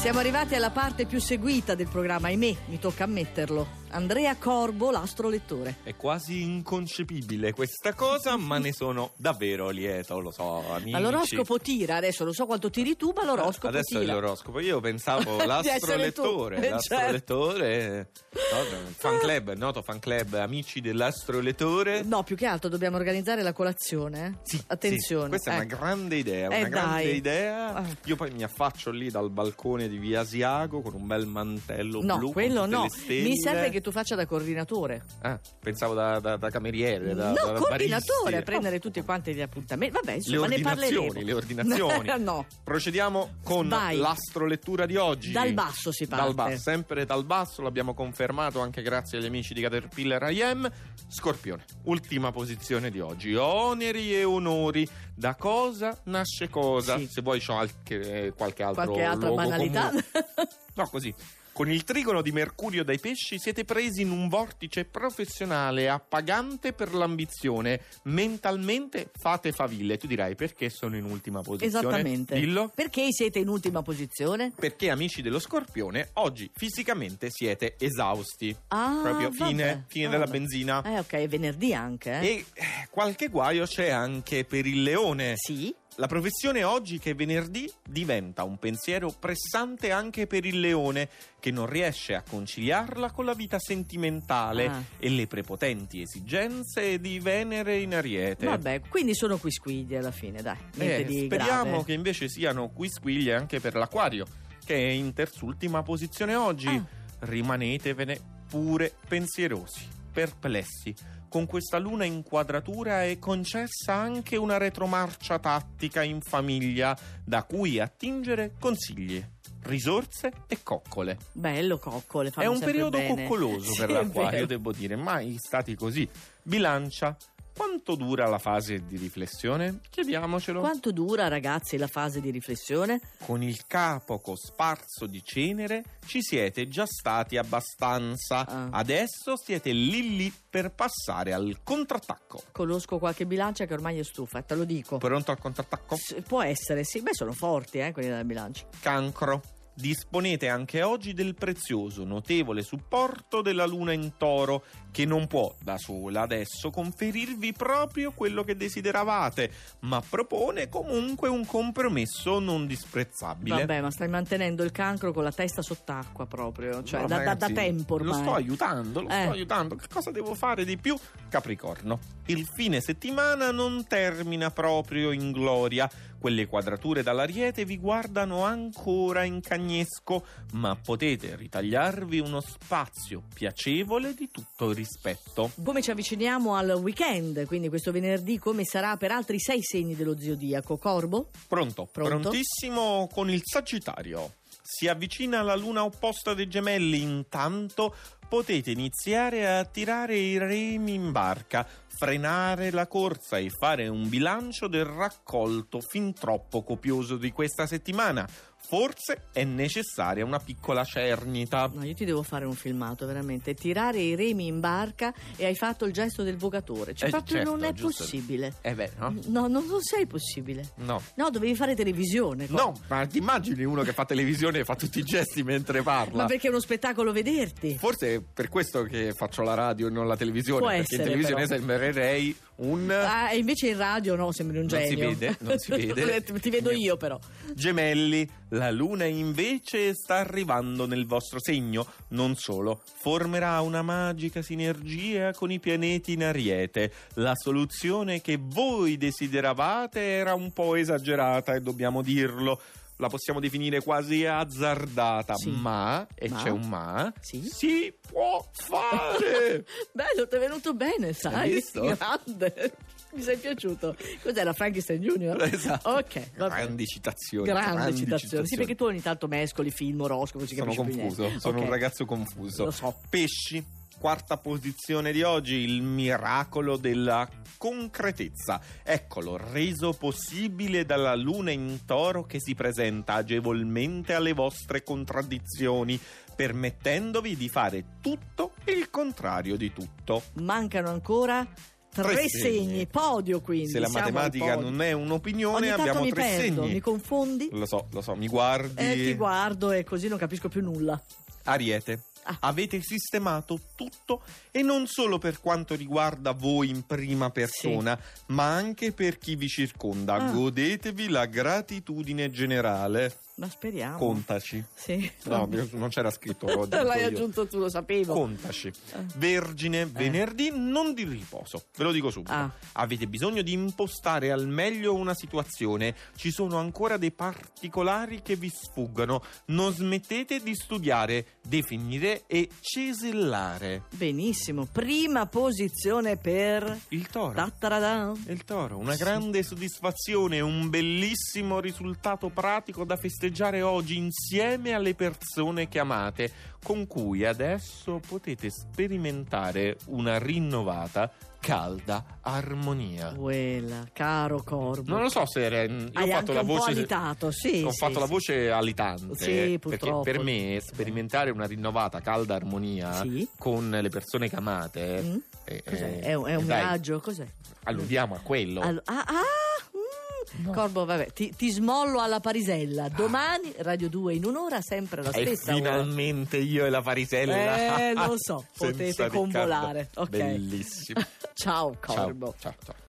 Siamo arrivati alla parte più seguita del programma, ahimè, mi tocca ammetterlo. Andrea Corbo, l'astrolettore. È quasi inconcepibile questa cosa, ma ne sono davvero lieto, lo so, amici. Ma l'oroscopo tira, adesso lo so quanto tiri tu, ma l'oroscopo adesso tira. È l'oroscopo, io pensavo l'astrolettore, l'astrolettore, Certo. noto fan club, amici dell'astrolettore. No, più che altro dobbiamo organizzare la colazione. Sì, attenzione. Sì, questa è una grande idea, Io poi mi affaccio lì dal balcone di Via Asiago con un bel mantello blu. No, quello no. Le stelle. Mi serve che tu faccia da coordinatore. Pensavo da cameriere, da coordinatore, baristi. a prendere tutti quanti gli appuntamenti. Vabbè, insomma, ne parleremo. Le ordinazioni. No. Procediamo con l'astrolettura di oggi. Dal basso si parte. Sempre dal basso, l'abbiamo confermato anche grazie agli amici di Caterpillar IM. Scorpione, ultima posizione di oggi. Oneri e onori. Da cosa nasce cosa? Sì. Se vuoi c'ho qualche altra banalità. No, così. Con il trigono di Mercurio dai pesci siete presi in un vortice professionale appagante per l'ambizione. Mentalmente fate faville. Tu dirai perché sono in ultima posizione? Esattamente. Dillo. Perché siete in ultima posizione? Perché, amici dello Scorpione, oggi fisicamente siete esausti. Proprio fine della benzina. Ok, è venerdì anche. E qualche guaio c'è anche per il Leone. Sì. La professione oggi, che è venerdì, diventa un pensiero pressante anche per il Leone, che non riesce a conciliarla con la vita sentimentale e le prepotenti esigenze di Venere in Ariete. Vabbè, quindi sono quisquiglie alla fine, dai. Niente di speriamo grave. che invece siano quisquiglie anche per l'Aquario, che è in terzultima posizione oggi. Rimanetevene pure pensierosi, perplessi. Con questa luna in quadratura è concessa anche una retromarcia tattica in famiglia, da cui attingere consigli, risorse e coccole. Bello, coccole, fanno è un sempre periodo bene. coccoloso per Sì, l'Acquario, devo dire, mai stati così. Bilancia. Quanto dura la fase di riflessione? Chiediamocelo. Quanto dura, ragazzi, la fase di riflessione? Con il capo cosparso di cenere ci siete già stati abbastanza. Adesso siete lì per passare al contrattacco. Conosco qualche bilancia che ormai è stufa, te lo dico. Pronto al contrattacco? Può essere, sì. Beh, sono forti, quelli della bilancia. Cancro. Disponete anche oggi del prezioso, notevole supporto della luna in Toro, che non può da sola adesso conferirvi proprio quello che desideravate, ma propone comunque un compromesso non disprezzabile. Vabbè, ma stai mantenendo il cancro con la testa sott'acqua proprio, cioè no, da ragazzi, tempo ormai. Lo sto aiutando. Che cosa devo fare di più? Capricorno. Il fine settimana non termina proprio in gloria. Quelle quadrature dall'Ariete vi guardano ancora in cagnesco, ma potete ritagliarvi uno spazio piacevole di tutto il rispetto. Come ci avviciniamo al weekend, quindi questo venerdì, come sarà per altri 6 segni dello zodiaco? Corbo? Pronto? Prontissimo con il Sagittario. Si avvicina la luna opposta dei Gemelli, intanto potete iniziare a tirare i remi in barca, frenare la corsa e fare un bilancio del raccolto fin troppo copioso di questa settimana. Forse è necessaria una piccola cernita. No, io ti devo fare un filmato, veramente. Tirare i remi in barca e hai fatto il gesto del vogatore. Cioè, proprio certo, non è giusto. possibile. No? No, non sei possibile. No, dovevi fare televisione. No, ma ti immagini uno che fa televisione e fa tutti i gesti mentre parla? Ma perché è uno spettacolo vederti. Forse è per questo che faccio la radio e non la televisione. Può perché essere, in televisione però sembrerei un... e invece in radio no, sembri un genio. Non si vede. Ti vedo io però. Gemelli, la luna invece sta arrivando nel vostro segno. Non solo, formerà una magica sinergia con i pianeti in Ariete. La soluzione che voi desideravate era un po' esagerata, e dobbiamo dirlo. La possiamo definire quasi azzardata, sì. C'è un ma, sì? Si può fare! Bello, ti è venuto bene, sai? Hai visto? Grande. Mi sei piaciuto. Cos'era, Frankenstein Junior? Esatto. Ok, grandi citazioni. Grandi citazioni. Sì, perché tu ogni tanto mescoli film, oroscopo, si capisce più niente. Sono confuso, sono un ragazzo confuso. Lo so. Pesci, quarta posizione di oggi, il miracolo della concretezza. Eccolo, reso possibile dalla luna in Toro, che si presenta agevolmente alle vostre contraddizioni, permettendovi di fare tutto e il contrario di tutto. Mancano ancora 3 segni, podio quindi. Se la matematica non è un'opinione, ogni tanto abbiamo mi 3 perdo, segni. mi confondi? Lo so, mi guardi. Ti guardo e così non capisco più nulla. Ariete. Avete sistemato tutto, e non solo per quanto riguarda voi in prima persona, ma anche per chi vi circonda. Godetevi la gratitudine generale. Ma speriamo. Contaci. Sì. No, non c'era scritto. Lo dico l'hai io. aggiunto tu, lo sapevo. Contaci. Vergine, venerdì non di riposo, ve lo dico subito. Avete bisogno di impostare al meglio una situazione. Ci sono ancora dei particolari che vi sfuggono. Non smettete di studiare, definire e cesellare. Benissimo. Prima posizione per il Toro. Ta-ta-da-da. Il Toro, una grande soddisfazione, un bellissimo risultato pratico da festeggiare oggi insieme alle persone che amate, con cui adesso potete sperimentare una rinnovata, calda armonia. Quella, caro Corbo. Non lo so se era, io hai ho fatto anche la un voce po' alitato, sì. Ho fatto la voce alitante. Sì, perché purtroppo. per me sperimentare una rinnovata, calda armonia con le persone che amate cos'è? È un miraggio? Cos'è? Alludiamo a quello. No. Corbo, vabbè, ti smollo alla Parisella. Domani Radio 2 in un'ora, sempre la stessa. Finalmente io e la Parisella. Lo so, potete convolare. Ok. Bellissimo. Ciao Corbo. Ciao.